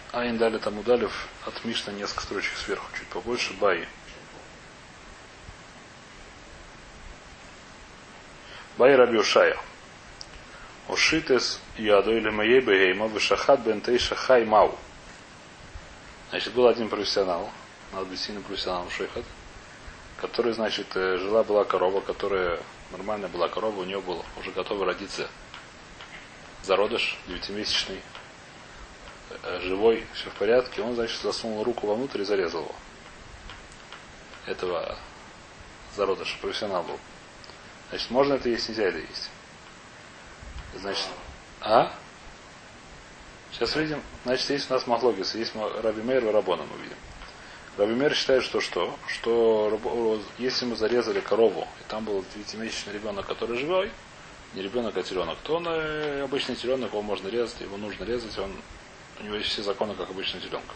Айн дали там удалив от Мишна несколько строчек сверху, чуть побольше. Баи. Баи Раби Ушая. Ушитес яду или моей бегейма вышахат бентей шахай мау. Значит, был один профессионал, надо быть сильным профессионалом шейхат, который, значит, жила-была корова, которая нормальная была корова, у нее был уже готовый родиться зародыш, 9-месячный, живой, все в порядке. Он, значит, засунул руку вовнутрь и зарезал его. Этого зародыша, профессионал был. Значит, можно это есть, нельзя это есть. Значит, Сейчас видим, значит, есть у нас махлогис, есть Раби Мейр и Рабона, мы видим. Раби Мейр считает, что если мы зарезали корову, и там был 9-месячный ребенок, который живой, не ребенок, а теленок, то он обычный теленок, его можно резать, его нужно резать, у него есть все законы, как обычный теленка.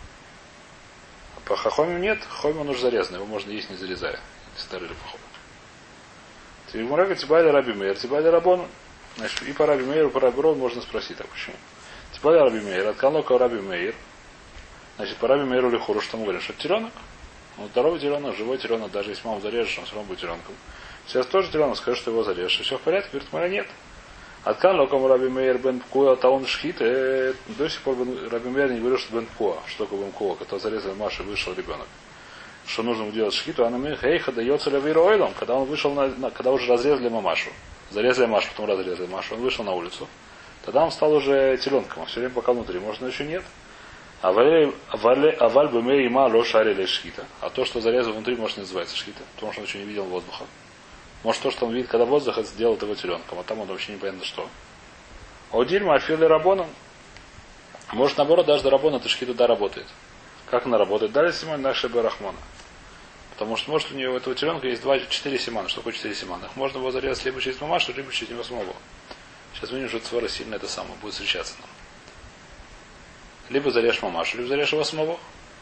А по хахоме нет, хохоме он уже зарезан, его можно есть, не зарезая. Это старый хохом. Тимурага Тибаля Раби Мейр, Тибаля Рабона. Значит, и по Раби Мейру, по Раби Рон можно спросить, так почему? Тибаля Раби Мейр, от Канлока Раби Мейр. Значит, по Раби Мейру Лихуру, что мы говорим, что это теленок? Он здоровый теленок, живой теленок, даже если маму зарежешь, он все равно будет теленком. Сейчас тоже теленок скажет, что его зарежешь, и все в порядке, говорит, моя нет. От Канлока Раби Мейр Бен Пкуа, Таун Шхит, до сих пор Раби Мейр не говорил, что Бен Пкуа, что такое Бен Пкуа, когда зарезал Машу, вышел ребенок. Что нужно ему делать шхиту, а на Михейха дается левиройлом, когда он вышел когда уже разрезали мамашу. Зарезали Машу, потом разрезали Машу, он вышел на улицу. Тогда он стал уже теленком, все время пока внутри, может, еще нет. Аваль бэмэ има ло шарили шхита. А то, что зарезал внутри, может, не называется шхита, потому что он еще не видел воздуха. Может, то, что он видит, когда воздух, это сделает его теленком, а там он вообще непонятно что. Аудильма афилы рабоном. Может, наоборот, даже до рабона эта шхита работает. Как она работает? Дали Симон нашей Барахмона. Потому что, может, у нее у этого теленка есть 4 семана. Что такое 4 семана? Их можно его зарезать либо через мамашу, либо через него самого. Сейчас мы видим, что Цвара сильно это самое будет встречаться нам. Либо зарежешь мамашу, либо зарежешь его самого.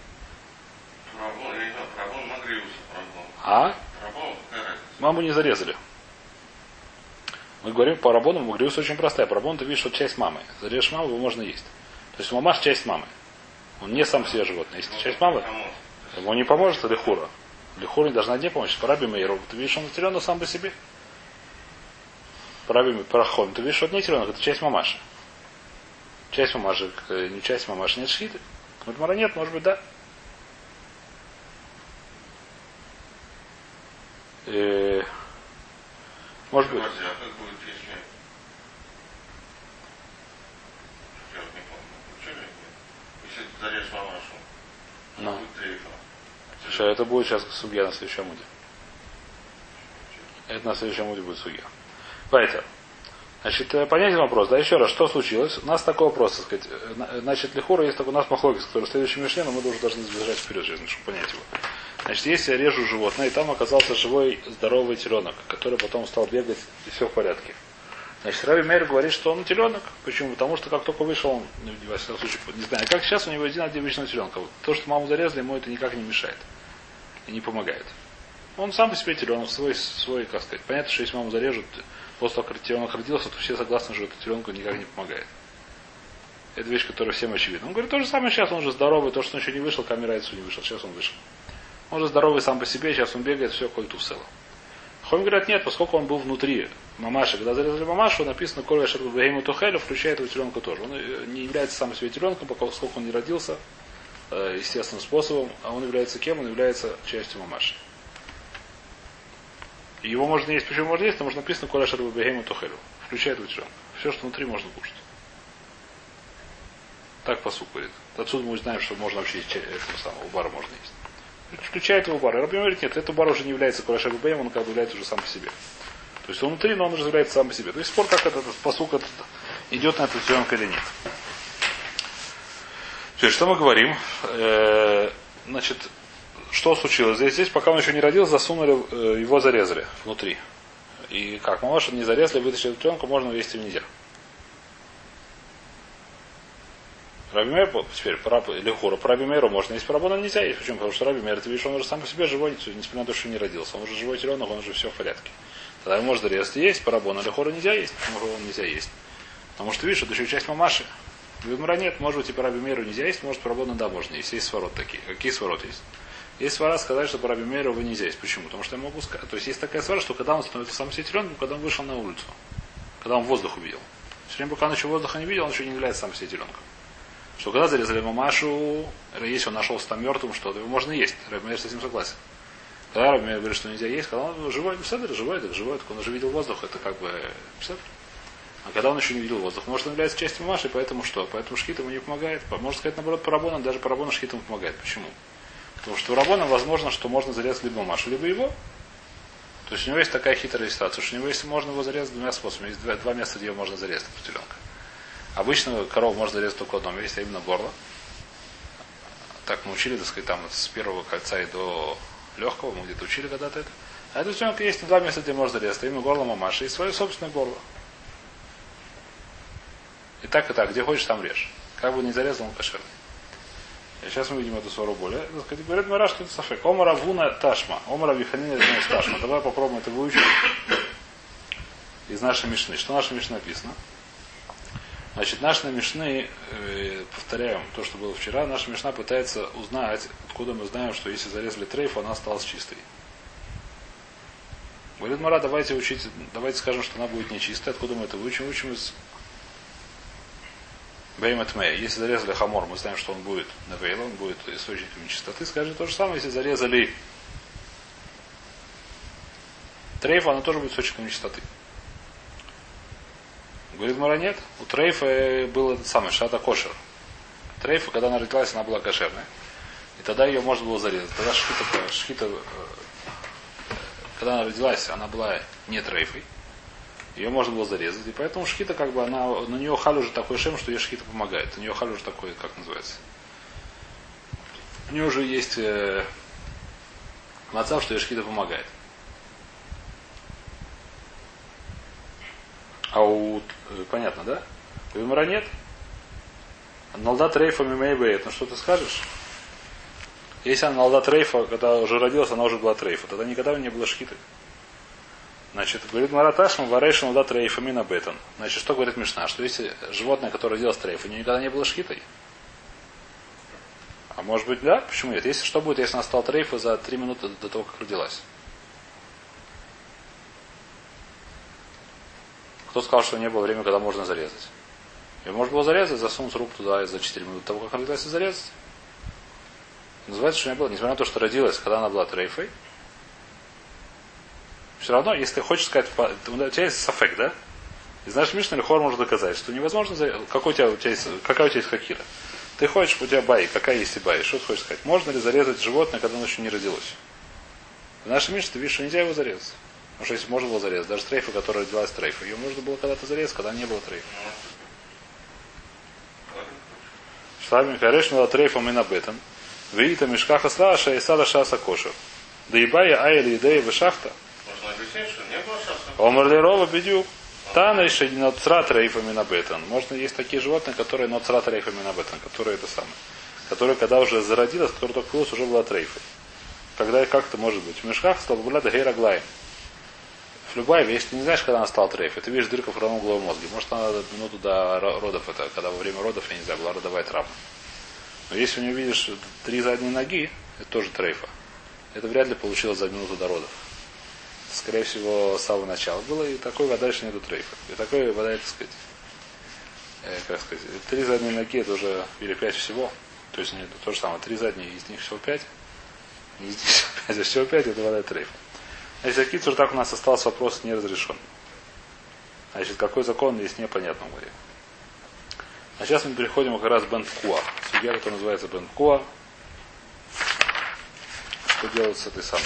Маму не зарезали. Мы говорим по рабону, Магриус очень простая. По рабону ты видишь, что часть мамы. Зарежешь маму, его можно есть. То есть мамаш часть мамы. Он не сам себе животное. Если часть мамы, ему не поможет лихура. Лихура не должна не помочь. По Раби Мейру, ты видишь, он теленок сам по себе. По Раби Парахом, ты видишь, что это не теленок, это часть мамаши. Часть мамаши, не часть мамаши, нет шхиты. Мара нет, может быть, да. Может быть. Зарежь мамашу. Ну. Слушай, это будет сейчас сугья на следующем муде. Это на следующем муде будет сугья. Поэтому. Значит, понятен вопрос. Да, еще раз, что случилось? У нас такой вопрос, так сказать. Значит, лихура есть такой у нас махлогис, который в следующем мишне, но мы уже должны сбежать вперед, чтобы понять его. Значит, если я режу животное, и там оказался живой, здоровый теленок, который потом стал бегать, и все в порядке. Значит, Раби Мейр говорит, что он теленок. Почему? Потому что как только вышел он, во всяком случае, не знаю, как сейчас у него один обычного теленка. То, что маму зарезали, ему это никак не мешает. И не помогает. Он сам по себе теленок, свой, как сказать. Понятно, что если маму зарежут, после того, как теленок родился, то все согласны, что это теленку никак не помогает. Это вещь, которая всем очевидна. Он говорит, то же самое сейчас, он же здоровый, то, что он еще не вышел, камера не вышел, сейчас он вышел. Он же здоровый сам по себе, сейчас он бегает, все, кольту в целом. Хом говорят, нет, поскольку он был внутри мамаши, когда зарезали мамашу, написано Коля Шарбабахейму Тухеля, включает этого теленка тоже. Он не является сам по себе теленком, поскольку он не родился естественным способом, а он является кем? Он является частью мамаши. И его можно есть. Почему можно есть? Потому что написано Коля Шарбабахейму Тухелю. Включает этого теленка. Все, что внутри, можно кушать. Так посуд говорит. Отсюда мы знаем, что можно вообще есть этого самого убара можно есть. Включает его убар. Раби говорит, нет, этот убар уже не является Курашай Бабаем, он как бы является уже сам по себе. То есть он внутри, но он уже является сам по себе. То есть спор, как этот посук идет на этот теленка или нет. Теперь, что мы говорим? Значит, что случилось? Здесь, пока он еще не родился, засунули, его зарезали внутри. И как? Мамаша не зарезали, вытащили теленка, можно есть или нельзя. Раби Мейр, теперь, лихура, по Раби Мейру можно есть, по Рабону нельзя есть. Почему? Потому что Раби Мейр, ты видишь, он уже сам по себе живой, несмотря на то, что не родился. Он уже живой теленок, он уже все в порядке. Тогда можно резать есть, по Рабону лихура нельзя есть, потому что он нельзя есть. Потому что, видишь, это еще часть мамаши. Гмара нет, может быть, и по Раби Мейру нельзя есть, может, по Рабону да можно есть. Есть сварот такие. Какие сварот есть? Есть свара сказать, что по Раби Мейру вы нельзя есть. Почему? Потому что я могу сказать. То есть есть такая свара, что когда он становится сам себе теленком, когда он вышел на улицу. Когда он воздух увидел. Все время, пока он еще воздуха не видел, он еще не является сам себе теленком. Что когда зарезали мамашу, если он нашелся там мертвым, что-то, его можно есть. Раби Мейр с этим согласен. Когда Раби Мейр говорит, что нельзя есть, когда он живой, живой, так он уже видел воздух, это как бы. А когда он еще не видел воздух, может, он является частью мамаши, поэтому что? Поэтому шхит ему не помогает. Можно сказать, наоборот, по рабонам, даже по рабону шхит ему помогает. Почему? Потому что у рабона возможно, что можно зарезать либо мамашу, либо его. То есть у него есть такая хитрая ситуация, что у него есть, можно его зарезать двумя способами. Есть два места, где его можно зарезать, теленка. Обычно корову можно зарезать только в одном месте, а именно горло. Так мы учили, так сказать, там с первого кольца и до легкого, мы где-то учили когда-то это. А это теленка есть два места, где можно зарезать, а именно горло мамаши и свое собственное горло. И так, где хочешь, там режь. Как бы не зарезал, он кошерный. И сейчас мы видим эту свару более. Говорит Мара, что это сафек. Омара вуна ташма. Омара виханина из ташма. Давай попробуем это выучить из нашей мишны. Что наша мишна написано? Значит, наши мишны, повторяем то, что было вчера, наша мишна пытается узнать, откуда мы знаем, что если зарезали трейф, она осталась чистой. Говорит Мара, давайте учить, давайте скажем, что она будет нечистая. Откуда мы это выучим? Учим из Беймет Мэй. Если зарезали хамор, мы знаем, что он будет навейл, он будет источником нечистоты. Скажи то же самое, если зарезали трейфа, она тоже будет источником нечистоты. Говорит Мара, нет. У трейфа был этот самый шата кошер. Трейфа, когда она родилась, она была кошерная. И тогда ее можно было зарезать. Тогда шхита, когда она родилась, она была не трейфой. Ее можно было зарезать. И поэтому шхита, как бы, она, на нее халь уже такой шем, что ей шхита помогает. У нее халь уже такой, как называется. У нее уже есть мацав, что ей шхита помогает. А у... Понятно, да? У Юмора нет? Налда трейфа мимейбейт. Ну что ты скажешь? Если она налда трейфа, когда уже родилась, она уже была трейфа. Тогда никогда не было шхиты. Значит, говорит Мараташма, варейшин налда трейфа мина бетон. Значит, что говорит Мишна? Что если животное, которое родилось трейфа, никогда не было шхитой? А может быть, да? Почему нет? Если что будет, если она стала трейфа за 3 минуты до того, как родилась? Кто сказал, что не было времени, когда можно зарезать? Ее можно было зарезать, засунуть руку туда и за 4 минуты до того, как родилась, и зарезать. Называется, что не было. Несмотря на то, что родилась, когда она была трейфой, все равно, если ты хочешь сказать, у тебя есть сафек, да? И знаешь, Мишна или Хор может доказать, что невозможно зарезать. Какая у тебя есть хакира? Ты хочешь, у тебя бай, какая есть и бай? Что ты хочешь сказать? Можно ли зарезать животное, когда оно еще не родилось? В нашей Мишне ты видишь, что нельзя его зарезать. Потому что если можно было зарезать, даже трейфа, которая родилась трейфа, ее можно было когда-то зарезать, когда не было трейфа. Штабим Карешнила трейфом и набетан. Виита мешкаха страша и сада шаса кошер. Да и бая айли идея вышахта. Можно объяснить, что не было шаса. Омерлирова бедюк. Тана еще ноцра трейфами набетан. Можно есть такие животные, которые ноцра трейфами набетан, которые это самое. Которые, когда уже зародилась, которые только появилась, уже была трейфой. Когда и как это может быть? В мешках стал бабуля гейраглай. Любая вещь, ты не знаешь, когда она стала трейфой. Ты видишь дырка в правом угловом мозге. Может, она минуту до родов, это когда во время родов, я не знаю, была родовая травма. Но если у нее видишь 3 задние ноги, это тоже трейфа. Это вряд ли получилось за минуту до родов. Это, скорее всего, с самого начала было, и такой вода дальше нету трейфа. И такой вода, так сказать, как сказать, 3 задние ноги, это уже или 5 всего. То есть нет, то же самое, 3 задние, из них всего 5. Не из них всего 5, а всего 5, это вода трейфа. Значит, Акицур, так у нас остался вопрос не разрешен. Значит, какой закон есть непонятно в море. А сейчас мы переходим как раз к Бен-Пкуа. Судья, который называется Бен-Пкуа. Что делать с этой самой?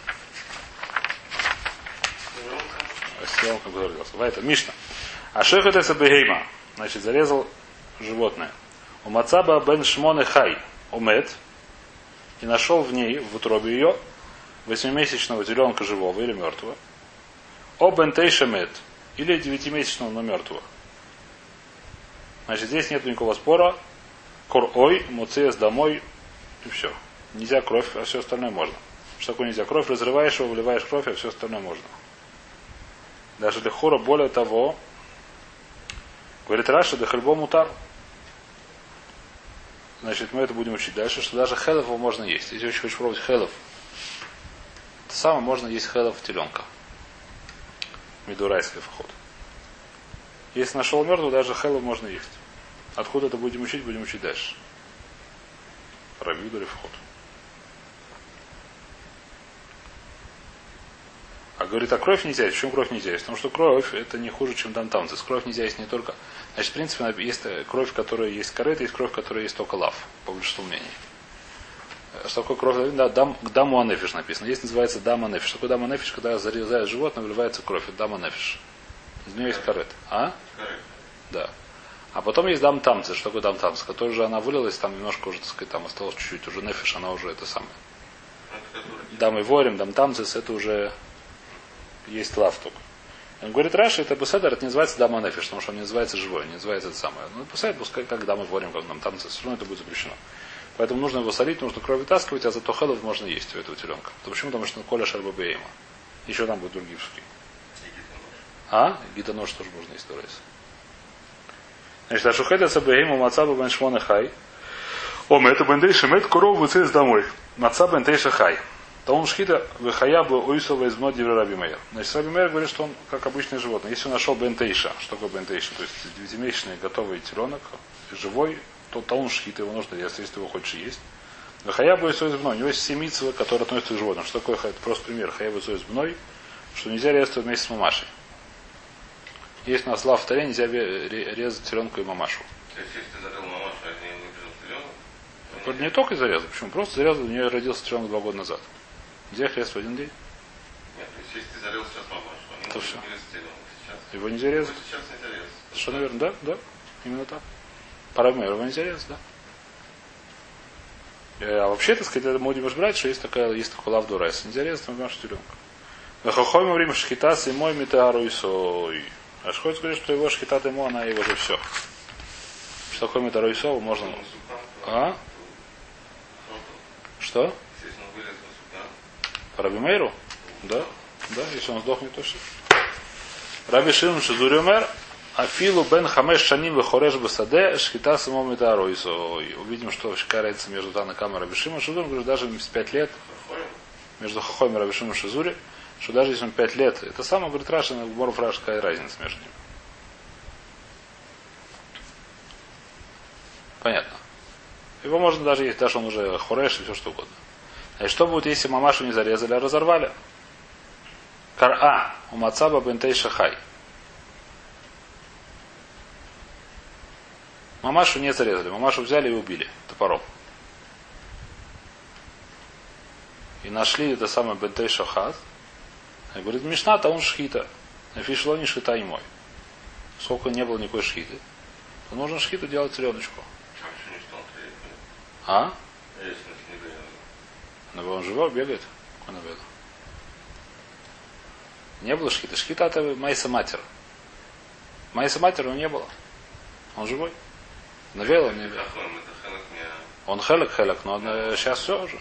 С теленком, который родился. Вайта, Мишна. А шехетеса бегейма. Значит, зарезал животное. У Мацаба бен Шмоне Хай. Умет. И нашел в ней, в утробе ее, 8-месячного теленка живого или мертвого. О бентейша мет. Или 9-месячного, но мертвого. Значит, здесь нет никакого спора. Кор-ой, муцеес домой. И все. Нельзя кровь, а все остальное можно. Что такое нельзя? Кровь разрываешь его, вливаешь кровь, а все остальное можно. Даже для хора, более того, говорит Раша, да хальбо мутар. Значит, мы это будем учить дальше, что даже хелев его можно есть. Если очень хочешь пробовать хелев, то самое можно есть хелев теленка. Медурайский вход. Если нашел мертвого, даже хелев можно есть. Откуда это будем учить дальше. Рабиуду вход. А говорит, а кровь нельзя есть. Почему кровь нельзя есть? Потому что кровь это не хуже, чем дантамцис. Кровь нельзя есть не только. Значит, в принципе, есть кровь, которая есть карет, есть кровь, которая есть только лав, по большинству мнений. Что такое кровь? Да, даму анефиш написано. Есть называется дама анефиш. Что такое дама анефиш? Когда зарезает животное, выливается кровь. Это дама анефиш. Из нее есть карет. А? Карет. Да. А потом есть дам тамцис. Что такое дам тамцис? Которая уже она вылилась, там немножко уже, так сказать, там осталось чуть-чуть. Уже нефиш, она уже это самое. Дам и ворим, дам тамцис, это уже есть лав только. Он говорит, Раши, это беседер, это не называется дама нефиш, потому что он не называется живой, не называется это самое. Ну, пускай как дамы ворим, как нам тамцис, все равно это будет запрещено. Поэтому нужно его солить, нужно кровь вытаскивать, а зато хелов можно есть у этого теленка. То почему? Потому что коля шарбабеема. Еще там будут другие пшуки. А? Гитанож тоже можно есть, дорейс. Значит, ашухеда сабеема мацаба бен шмона хай. Это бендейша мет корову выцелись домой. Маца бендейша хай. То он шхита выхая бы ойсова из мод Раби Мейер. Значит, Раби Мейер говорит, что он как обычное животное. Если он нашел бентейша, что такое бентейша, то есть 9-месячный готовый теленок, живой, то он шхита, его нужно есть, если ты его хочешь есть. Выхая бы ойсова из мной. У него есть семицва, которые относятся к животным. Что такое хай? Это просто пример. Хая бы ойсова из мной, что нельзя резать вместе с мамашей. Есть у нас лав в таре, нельзя резать теленку и мамашу. То есть, если ты зарыл мамашу, а от нее выбежал теленок? Это не только зарезал. Почему? Просто зарезал, у нее родился теленок 2 года назад. Где их резать в один день? Нет, то есть, если ты зарыл сейчас мамашу, они То могут все. резать теленок сейчас. Его нельзя резать? Сейчас нельзя резать. Что, наверное, да? Да. Именно так. Пора его нельзя резать, да. А вообще, так сказать, это мы будем брать, что есть такой лав дурайс. Нельзя резать мамашу теленка. Вахохой мы время шхитас и мой метеару и сой. А Шхойц говорит, что его шхитат ему, она его же все. Что такое метеару и сой, можно... А? Что? По Раби Мейру? Да. Да, если он сдохнет, то все. Раби Шимон Шизури умер, афилу бен хамеш шаним вехореш басаде шхита само метеару и сой. Увидим, что какая разница между Танакам и Раби Шимон Шизури. Говорит, даже с 5 лет между Хохойм и Раби Шимон Шизури, что даже если он 5 лет, это самое, говорит Раши, на Боров Раши, какая разница между ними. Понятно. Его можно даже есть, даже он уже хореш и все что угодно. А что будет, если мамашу не зарезали, а разорвали? Кар-а, у мацаба бентей шахай. Мамашу не зарезали, мамашу взяли и убили топором. И нашли это самое бентей шахат. И говорит, Мишна, то он шхита. Фишло не шхита и мой. Сколько не было никакой шхиты, то нужно шхиту делать теленочку. А? Но он живой, бегает. Какой навел? Не было шхита. Шхита это майса матер. Майса матер у него не было. Он живой. Навел, он не вел. Он хелек, но сейчас все уже.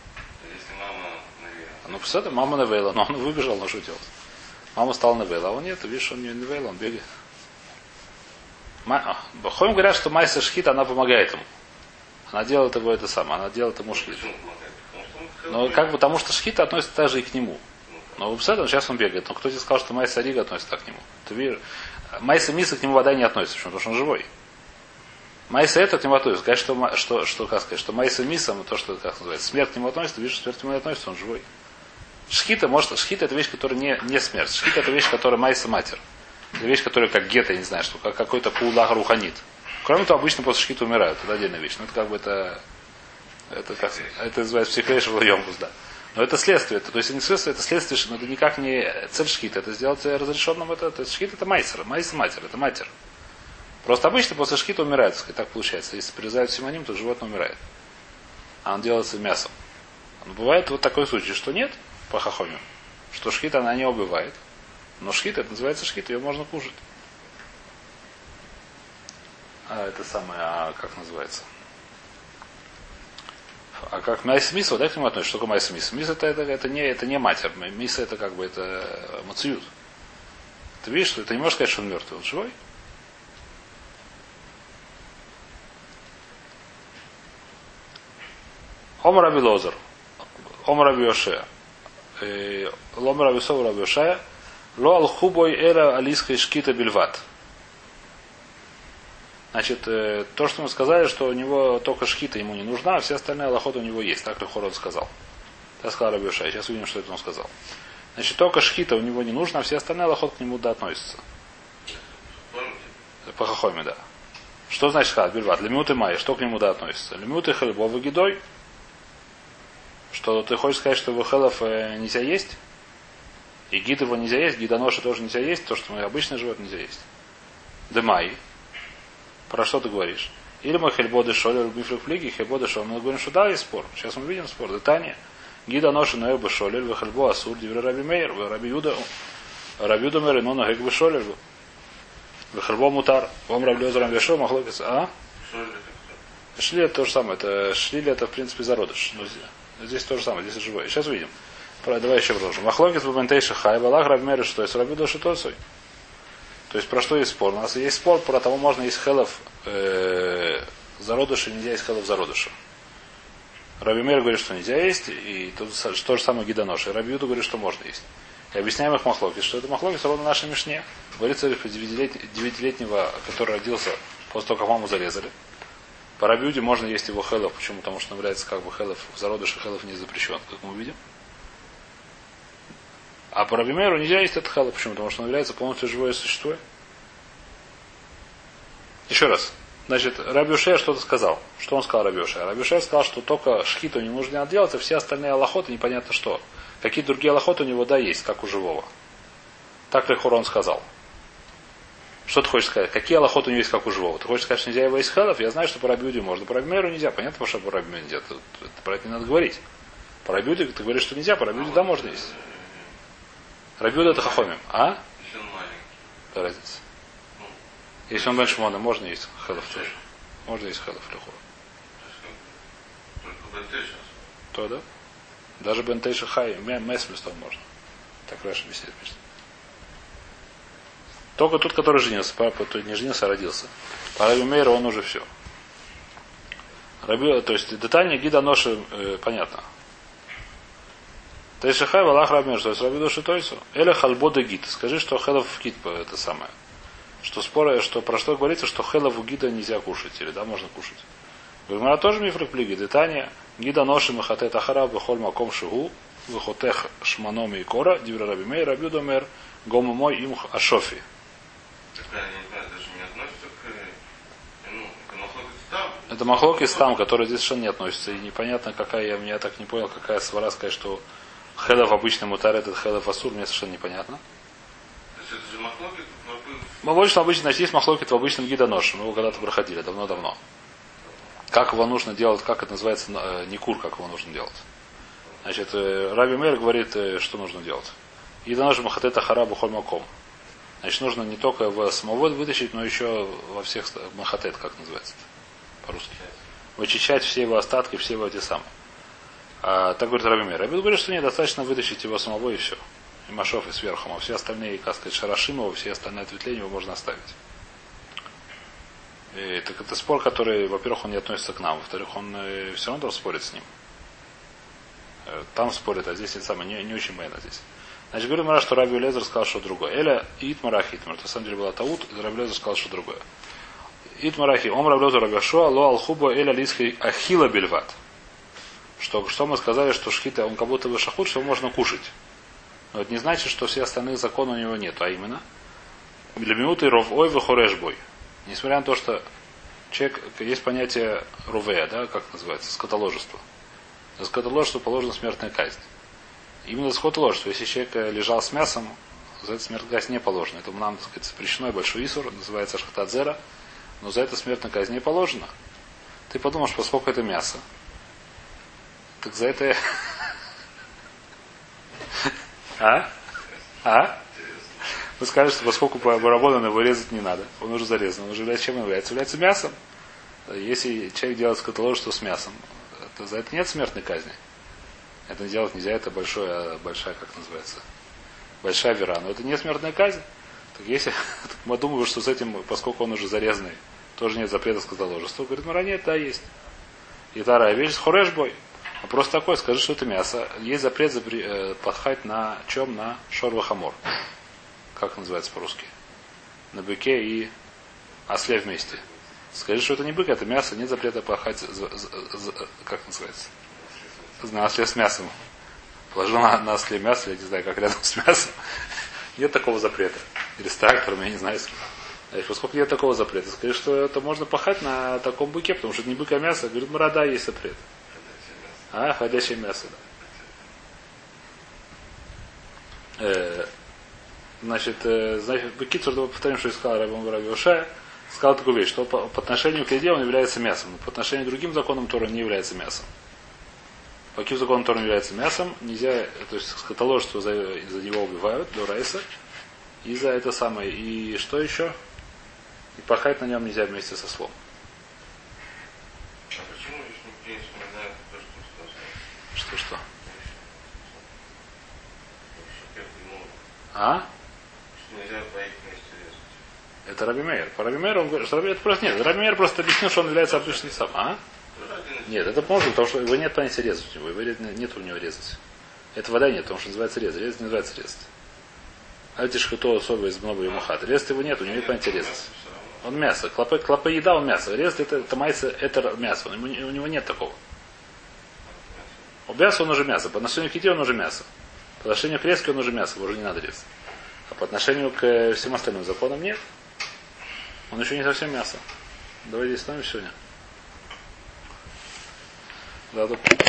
Ну, посмотри, мама навела, но он выбежал, но что делать? Мама стала навела, а он нет, видишь, он не навела, он бегает. Бахоим говорят, что майса шхита, она помогает ему. Она делает его это самое, она делает ему шхиту. Но как бы потому что шхита относится также и к нему. Но сейчас он бегает. Но кто тебе сказал, что майса рига относится так к нему? Ты видишь, майса миса к нему вода не относится, почему? Потому что он живой. Майса это к нему относится. Сказать, что как сказать, что майса миса, то, что как называется, смерть к нему относится, ты видишь, что смерть к нему не относится, он живой. Шхита это вещь, которая не смерть. Шхита это вещь, которая майса матер. Это вещь, которая как гетто, я не знаю, что как какой-то пулах руханит. Кроме того, обычно после шхита умирают. Это отдельная вещь. Но это как бы это называется психолόγия емкость, да. Но это следствие. То есть не следствие, это следствие, но это никак не цель шхита. Это сделать разрешенным. Это шхит это майсер. Майса матер. Это матер. Просто обычно после шхита умирает. Так получается. Если прирезают симоним, то животное умирает. А он делается мясом. Но бывает вот такой случай, что нет по хахоме. Что шхита она не убивает. Но шхит это называется шхит. Ее можно кушать. А это самое, как называется? А как майс миса, да, к нему относится? Что такое майс миса? Миса это не матер. Миса это как бы это мациют. Ты видишь, что ты не можешь сказать, что он мертвый, он живой. Ом Раби Лозер. Ом Раби Йоше. Лом Раби Сов Раби Йоше. Ло алхубой эра алийской шкита бельват. Значит, то, что мы сказали, что у него только шхита ему не нужна, а все остальные алахоты у него есть. Так Лехорон сказал. Так сказал Раби Йоше. Сейчас увидим, что это он сказал. Значит, только шхита у него не нужно, а все остальные алахоты к нему да относятся. По хахоме, да. Что значит хат бельват? Лемиуты май, что к нему да относится? Лемиуты хальбов и гидой. Что ты хочешь сказать, что его хелов нельзя есть? И гид его нельзя есть, гидоноши тоже нельзя есть, то, что мы обычно живет, нельзя есть. Демай. Про что ты говоришь? Или мы хельбоды шоли, рубифлюк флиги, хельбоды шоли. Мы говорим, что да, есть спор. Сейчас мы видим спор. Детание. Гида ноши ноэ бы шолель, вы хельбо асур, дивре раби мейр, вы раби юда, раби юда мэр, но ногек бы шолель, вы хельбо мутар, вам раби лезерам вешо, махлокис, а? Шли это то же самое. Это шли это, в принципе, зародыш. Но здесь то же самое, здесь живой. Сейчас увидим. Давай еще продолжим. Махлокис бабентейши хай, балах раби мейр, что есть раби доши тосой. То есть про что есть спор? У нас есть спор про того, можно есть хелов зародыша, нельзя есть хелов зародыша. Раби Мейр говорит, что нельзя есть, и тут то же самое гидоноши. Раби Юда говорит, что можно есть. И объясняем их махлокис, что это махлокис ровно нашей мишне. Говорится, 9-летнего, который родился после того, как маму зарезали. По Раби Юде можно есть его хелов. Почему? Потому что он является как бы хелов, в зародыше хелов не запрещен, как мы увидим. А по Раби Мейру нельзя есть этот хелов. Почему? Потому что он является полностью живое существо. Еще раз. Значит, Раби Йоше что-то сказал. Что он сказал Раби Йоше? Раби Йоше сказал, что только шхиту не нужно делать, а все остальные алахоты непонятно что. Какие другие алахоты у него, да, есть, как у живого. Так Лехор он сказал. Что ты хочешь сказать? Какие алахоты у него есть, как у живого? Ты хочешь сказать, что нельзя его есть хелов? Я знаю, что по Раби Юде можно. По Раби Мейру нельзя. Понятно, что по Раби Мейру нельзя. Про это не надо говорить. По Раби Юде ты говоришь, что нельзя. По Раби Юде да, можно есть. Раби Юде это хахомим. А? Какая разница? Если он меньше мона, можно есть хелов тоже. Можно есть хелов лехор. То, да? Даже бентейша хай, мэс местом можно. Так Раша объясняет. Только тот, который женился. Папа тот не женился, а родился. По Раби Мейру он уже все. То есть детание гида ноши понятно. Тейша хай валах Раби Мейр, то есть Раби души тойсу. Эля халбода гид. Скажи, что хелов в гид это самое. Что споры, что про что говорится, что хелов у гида нельзя кушать, или да, можно кушать. Гумара тоже мифрик плиги. Детание. Гида ноши махатет ахара бехоль маком шигу, выхотех шманом и кора, дивра Раби Мейр, Раби Юда мэр, гому мой им ашофи. Это махлокис там, который здесь совершенно не относится. И непонятно, какая, я так не понял, какая свара сказать, что хелов обычный мутар, этот хелов асур, мне совершенно непонятно. Мы больше обычно, значит, есть махлокит в обычном гидоноше. Мы его когда-то проходили, давно-давно. Как его нужно делать, как это называется, никур, как его нужно делать. Значит, Раби Мейр говорит, что нужно делать. Гидонош махатета харабу хольмаком. Значит, нужно не только в самовод вытащить, но еще во всех махатет, как называется по-русски. Вычищать все его остатки, все его эти самые. Так говорит Раби Мейр. Раби говорит, что нет, достаточно вытащить его самого и все. И Машов, и сверху, а все остальные, как сказать, Шарашимова, все остальные ответвления его можно оставить. И, так это спор, который, во-первых, он не относится к нам, во-вторых, он все равно там спорит с ним. Там спорит, а здесь не очень мейна здесь. Значит, говорим, что Раби Лезер сказал, что другое. Эля Итмарахи Итмар. На самом деле была таут, и Раби Лезер сказал, что другое. Итмарахи, ом Раби Лезер Раби Шуа, ло алхуба эля лиской ахила бельват. Что мы сказали, что шхита, он как будто бы шахут, что его можно кушать. Но это не значит, что все остальные законы у него нет, а именно лемиуты ров ой выхорешбой. Несмотря на то, что человек, есть понятие рувея, да, как называется, скотоложество. За скотоложество положена смертная казнь. Именно за скотоложество. Если человек лежал с мясом, за это смертная казнь не положена. Это нам, так сказать, запрещено, и большой исур, называется шахтадзера, но за это смертная казнь не положена. Ты подумаешь, поскольку это мясо, так за это... Вы скажете, что поскольку барабона его резать не надо, он уже зарезан, он уже является чем является? Является мясом. Если человек делает скотоложество с мясом, то за это нет смертной казни. Это делать нельзя, это большая, как называется, большая вера. Но это не смертная казнь. Так если мы думаем, что с этим, поскольку он уже зарезанный, тоже нет запрета скотоложества, говорит, ну нет, да, есть. И тарая вещь с хорешбой. Вопрос такой, скажи, что это мясо. Есть запрет пахать на чем? На шорвахамор. Как называется по-русски? На быке и осле вместе. Скажи, что это не бык, это мясо, нет запрета пахать, как называется? На осле с мясом. Положил на осле мясо, я не знаю, как рядом с мясом. Нет такого запрета. Или с трактором, я не знаю. Поскольку нет такого запрета, скажи, что это можно пахать на таком быке, потому что это не бык, а мясо. Говорит, мрада, есть запрет. А, ходячее мясо, да. Значит, Бекицур, повторим, что сказал Раби Оше, сказал такую вещь, что по отношению к еде он является мясом, но по отношению к другим законам Тора не является мясом. По каким законам Тора не является мясом, нельзя, то есть скотоложество за него убивают, до райса, и за это самое, и что еще? И пахать на нем нельзя вместе со слом. А почему лишь не вспоминают то, что сказано? Что? Шапет ему, А? что нельзя двоих вместе резать. Это Раби Мейер. По Раби Мейеру он говорит, что это просто нет. Раби Мейер просто объяснил, что он является обычным сам. А? Нет, это можно, потому что его нет понятия резать у него. Нет у него резать. Это вода нет, потому что называется резать. Резать не называется резать. А это что особо из много ему хат. Резать его нет, у него нет понятия резать. Он мясо. Клопы еда, он мясо. Резать это майса, это мясо. У него нет такого. У мяса он уже мясо. По отношению к еде он уже мясо. По отношению к резке он уже мясо, его уже не надо резать. А по отношению к всем остальным законам нет. Он еще не совсем мясо. Давай здесь с нами сегодня. Да,